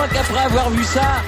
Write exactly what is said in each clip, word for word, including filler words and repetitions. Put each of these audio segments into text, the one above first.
crois qu'après avoir vu ça,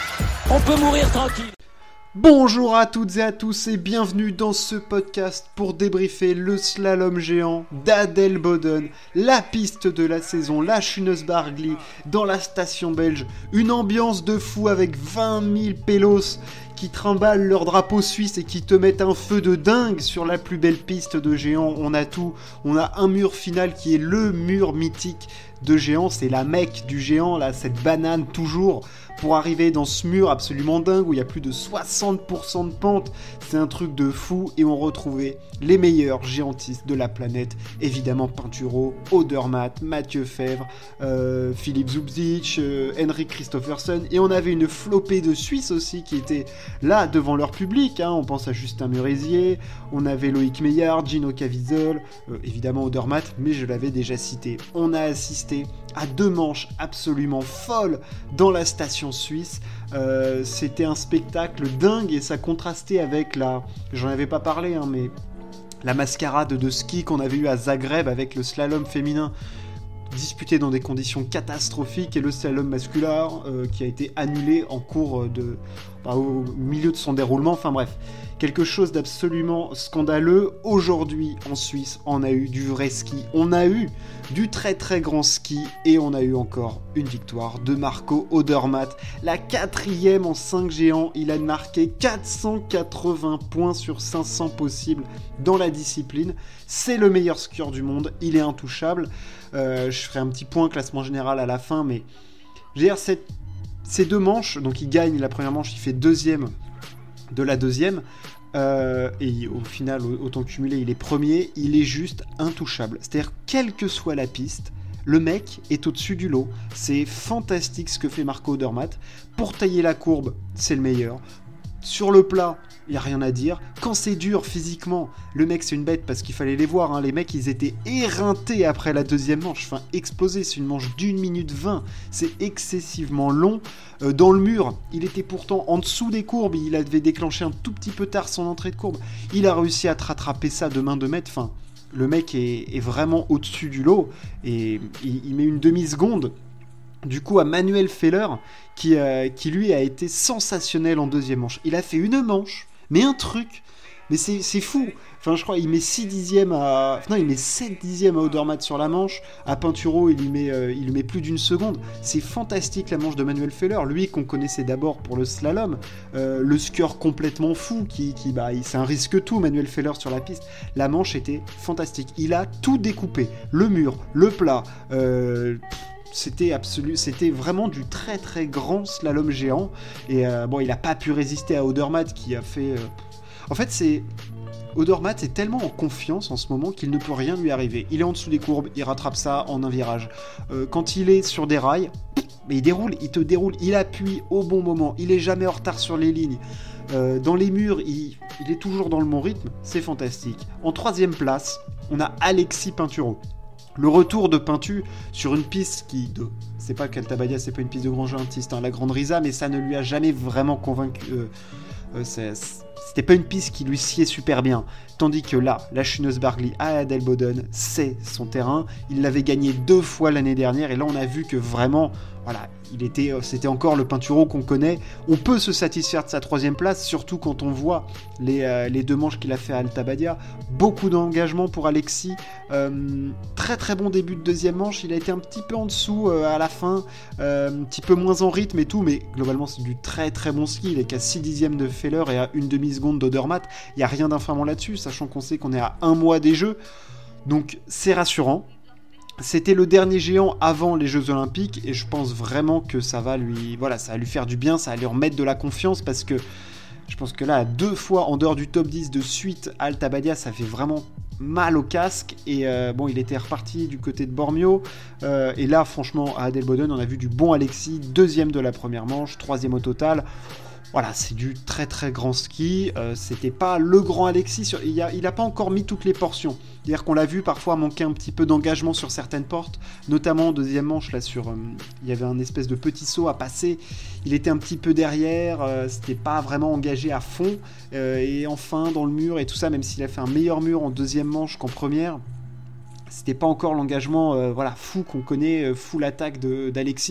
on peut mourir tranquille. Bonjour à toutes et à tous et bienvenue dans ce podcast pour débriefer le slalom géant d'Adelboden, la piste de la saison, la Schunesbargli, dans la station belge. Une ambiance de fou avec vingt mille pélos qui trimballent leur drapeau suisse et qui te mettent un feu de dingue sur la plus belle piste de géant. On a tout, on a un mur final qui est le mur mythique de géant, c'est la mecque du géant, là, cette banane toujours, pour arriver dans ce mur absolument dingue où il y a plus de soixante pour cent de pente. C'est un truc de fou et on retrouvait les meilleurs géantistes de la planète, évidemment Pinturo, Odermatt, Mathieu Febvre, euh, Philippe Zubzic, euh, Henrik Kristoffersen, et on avait une flopée de Suisses aussi qui étaient là devant leur public, hein. On pense à Justin Muresier, on avait Loïc Meillard, Gino Caviezel, euh, évidemment Odermatt, mais je l'avais déjà cité. On a assisté à deux manches absolument folles dans la station suisse. Euh, c'était un spectacle dingue et ça contrastait avec la... J'en avais pas parlé, hein, mais la mascarade de ski qu'on avait eu à Zagreb avec le slalom féminin disputé dans des conditions catastrophiques et le slalom masculin euh, qui a été annulé en cours de... Bah, au milieu de son déroulement. Enfin bref, quelque chose d'absolument scandaleux. Aujourd'hui, en Suisse, on a eu du vrai ski. On a eu du très très grand ski et on a eu encore une victoire de Marco Odermatt. La quatrième en cinq géants. Il a marqué quatre cent quatre-vingts points sur cinq cents possibles dans la discipline. C'est le meilleur skieur du monde. Il est intouchable. Euh, je ferai un petit point classement général à la fin, mais je veux dire, cette Ces deux manches, donc il gagne la première manche, il fait deuxième de la deuxième, euh, et au final, au, au temps cumulé, il est premier, il est juste intouchable. C'est-à-dire, quelle que soit la piste, le mec est au-dessus du lot. C'est fantastique ce que fait Marco Odermatt. Pour tailler la courbe, c'est le meilleur. Sur le plat, il n'y a rien à dire. Quand c'est dur physiquement, le mec c'est une bête parce qu'il fallait les voir, hein. Les mecs ils étaient éreintés après la deuxième manche, enfin explosés, c'est une manche d'une minute vingt, c'est excessivement long. Euh, dans le mur, il était pourtant en dessous des courbes, il avait déclenché un tout petit peu tard son entrée de courbe, il a réussi à te rattraper ça de main de maître, enfin le mec est, est vraiment au-dessus du lot et il, il met une demi-seconde du coup à Manuel Feller qui, euh, qui lui a été sensationnel en deuxième manche. Il a fait une manche, mais un truc, mais c'est, c'est fou. Enfin, je crois il met six dixièmes à... Non, il met sept dixièmes à Odermatt sur la manche. À Pinturo, il lui met, euh, il lui met plus d'une seconde. C'est fantastique la manche de Manuel Feller. Lui qu'on connaissait d'abord pour le slalom. Euh, le skieur complètement fou, qui, qui, bah, c'est un risque tout, Manuel Feller sur la piste. La manche était fantastique. Il a tout découpé. Le mur, le plat... Euh... C'était absolu, c'était vraiment du très très grand slalom géant. Et euh, bon, il n'a pas pu résister à Odermatt qui a fait. Euh... En fait, c'est Odermatt est tellement en confiance en ce moment qu'il ne peut rien lui arriver. Il est en dessous des courbes, il rattrape ça en un virage. Euh, quand il est sur des rails, mais il déroule, il te déroule, il appuie au bon moment, il est jamais en retard sur les lignes. Euh, dans les murs, il, il est toujours dans le bon rythme, c'est fantastique. En troisième place, on a Alexis Pinturo. Le retour de Pintu sur une piste qui... De, c'est pas qu'Alta Badia, c'est pas une piste de grand géantiste, hein, la Grande Risa, mais ça ne lui a jamais vraiment convaincu. Euh, euh, c'est, c'était pas une piste qui lui sied super bien. Tandis que là, la Schunesbargli à Adelboden, c'est son terrain. Il l'avait gagné deux fois l'année dernière, et là on a vu que vraiment... Voilà, il était, c'était encore le Pinturo qu'on connaît. On peut se satisfaire de sa troisième place, surtout quand on voit les, euh, les deux manches qu'il a fait à Alta Badia. Beaucoup d'engagement pour Alexis. Euh, très très bon début de deuxième manche. Il a été un petit peu en dessous euh, à la fin, euh, un petit peu moins en rythme et tout, mais globalement c'est du très très bon ski. Il est qu'à six dixièmes de Feller et à une demi-seconde d'Odermatt. Il n'y a rien d'infamant là-dessus, sachant qu'on sait qu'on est à un mois des Jeux. Donc c'est rassurant. C'était le dernier géant avant les Jeux Olympiques et je pense vraiment que ça va lui, voilà, ça va lui faire du bien, ça va lui remettre de la confiance parce que je pense que là, deux fois en dehors du top dix de suite à Alta Badia, ça fait vraiment mal au casque et euh, bon, il était reparti du côté de Bormio euh, et là, franchement, à Adelboden, on a vu du bon Alexis, deuxième de la première manche, troisième au total. Voilà, c'est du très très grand ski. Euh, c'était pas le grand Alexis. Sur... Il a, il a pas encore mis toutes les portions. C'est-à-dire qu'on l'a vu parfois manquer un petit peu d'engagement sur certaines portes, notamment en deuxième manche là sur. Euh, il y avait un espèce de petit saut à passer. Il était un petit peu derrière. Euh, c'était pas vraiment engagé à fond. Euh, et enfin dans le mur et tout ça, même s'il a fait un meilleur mur en deuxième manche qu'en première. C'était pas encore l'engagement euh, voilà, fou qu'on connaît, euh, full attaque de, d'Alexis.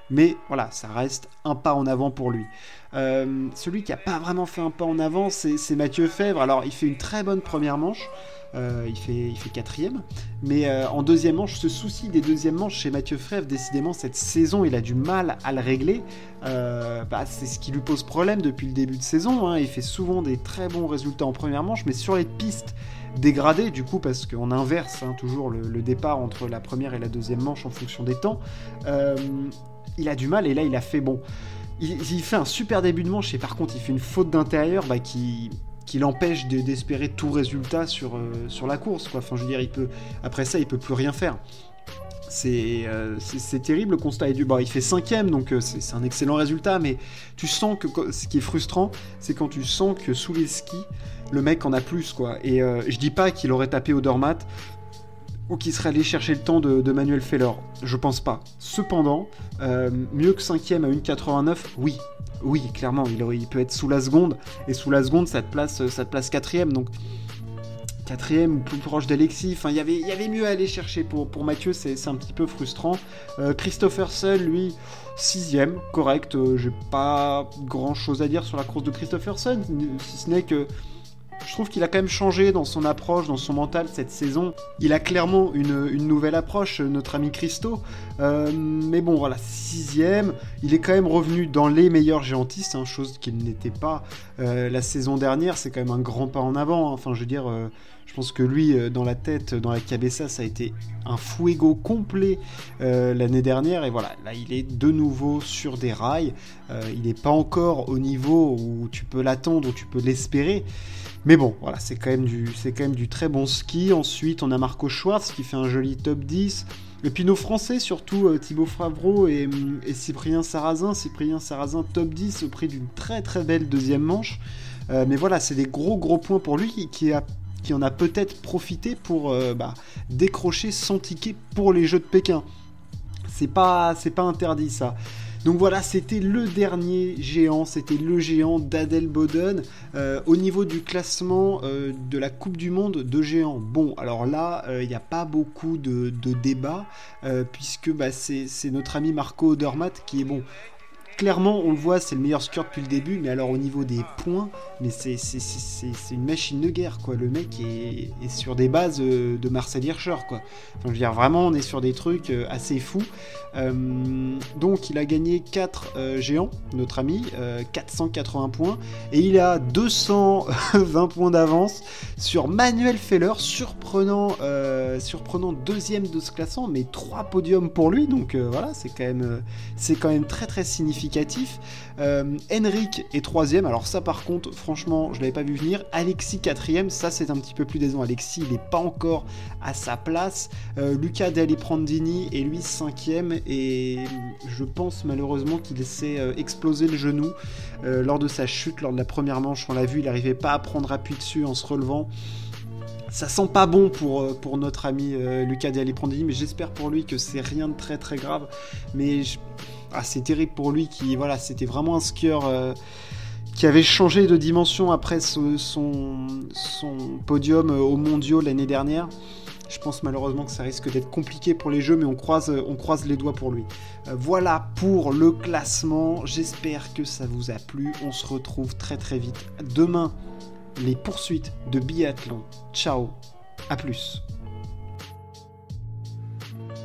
mais voilà, ça reste un pas en avant pour lui. Euh, celui qui n'a pas vraiment fait un pas en avant, c'est, c'est Mathieu Febvre. Alors, il fait une très bonne première manche, euh, il, fait, il fait quatrième, mais euh, en deuxième manche, ce souci des deuxièmes manches chez Mathieu Febvre, décidément, cette saison, il a du mal à le régler. Euh, bah, c'est ce qui lui pose problème depuis le début de saison, hein. Il fait souvent des très bons résultats en première manche, mais sur les pistes dégradées, du coup, parce qu'on inverse hein, toujours le, le départ entre la première et la deuxième manche en fonction des temps, euh, il a du mal, et là, il a fait bon. Il, il fait un super début de manche, et par contre, il fait une faute d'intérieur bah, qui... qui l'empêche de, d'espérer tout résultat sur, euh, sur la course, quoi. Enfin, je veux dire, il peut, après ça, il peut plus rien faire. C'est, euh, c'est, c'est terrible, le constat est du... Bon, il fait cinquième, donc euh, c'est, c'est un excellent résultat, mais tu sens que ce qui est frustrant, c'est quand tu sens que sous les skis, le mec en a plus, quoi. Et euh, je dis pas qu'il aurait tapé Odermatt, ou qu'il serait allé chercher le temps de, de Manuel Feller. Je pense pas. Cependant, euh, mieux que cinquième à une quatre-vingt-neuf, oui. Oui, clairement, il, aurait, il peut être sous la seconde, et sous la seconde, ça te place, ça te place quatrième, donc quatrième ou plus proche d'Alexis, enfin, y avait, y avait mieux à aller chercher pour, pour Mathieu, c'est, c'est un petit peu frustrant. Euh, Kristoffersen, lui, sixième, correct, euh, j'ai pas grand chose à dire sur la course de Kristoffersen, si ce n'est que je trouve qu'il a quand même changé dans son approche, dans son mental cette saison. Il a clairement une, une nouvelle approche, notre ami Christo. Euh, mais bon, voilà, sixième. Il est quand même revenu dans les meilleurs géantistes, hein, chose qu'il n'était pas euh, la saison dernière. C'est quand même un grand pas en avant. Hein. Enfin, je veux dire, euh, je pense que lui, euh, dans la tête, dans la cabeza, ça a été un fuego complet euh, l'année dernière. Et voilà, là, il est de nouveau sur des rails. Euh, il n'est pas encore au niveau où tu peux l'attendre, où tu peux l'espérer. Mais bon, voilà, c'est quand même du, c'est quand même du très bon ski. Ensuite, on a Marco Schwartz qui fait un joli top dix. Et puis nos Français, surtout euh, Thibaut Favreau et, et Cyprien Sarrazin. Cyprien Sarrazin top dix au prix d'une très très belle deuxième manche. Euh, mais voilà, c'est des gros gros points pour lui qui, qui, a, qui en a peut-être profité pour euh, bah, décrocher son ticket pour les Jeux de Pékin. C'est pas, c'est pas interdit ça. Donc voilà, c'était le dernier géant, c'était le géant d'Adelboden. Euh, au niveau du classement euh, de la Coupe du Monde de géants, bon, alors là, il euh, n'y a pas beaucoup de, de débats, euh, puisque bah, c'est, c'est notre ami Marco Odermatt qui est bon. Clairement, on le voit, c'est le meilleur skieur depuis le début, mais alors au niveau des points, mais c'est, c'est, c'est, c'est, c'est une machine de guerre, quoi. Le mec est, est sur des bases euh, de Marcel Hirscher, quoi. Enfin, je veux dire, vraiment, on est sur des trucs euh, assez fous. Euh, donc, il a gagné quatre euh, géants, notre ami, euh, quatre cent quatre-vingts points, et il a deux cent vingt points d'avance sur Manuel Feller, surprenant, euh, surprenant deuxième de ce classement, mais trois podiums pour lui, donc euh, voilà, c'est quand même, euh, c'est quand même très très significatif. Euh, Henrik est troisième, alors ça par contre franchement je l'avais pas vu venir. Alexis quatrième, ça c'est un petit peu plus décevant. Alexis il est pas encore à sa place. euh, Luca Delle Prandini est lui cinquième, et je pense malheureusement qu'il s'est euh, explosé le genou euh, lors de sa chute, lors de la première manche. On l'a vu, il n'arrivait pas à prendre appui dessus en se relevant. Ça sent pas bon pour, pour notre ami euh, Luca Delle Prandini, mais j'espère pour lui que c'est rien de très très grave. Mais je... ah, c'est terrible pour lui, qui voilà, c'était vraiment un skieur euh, qui avait changé de dimension après ce, son, son podium aux mondiaux l'année dernière. Je pense malheureusement que ça risque d'être compliqué pour les Jeux, mais on croise, on croise les doigts pour lui. Euh, voilà pour le classement. J'espère que ça vous a plu. On se retrouve très très vite. Demain, les poursuites de biathlon. Ciao, à plus.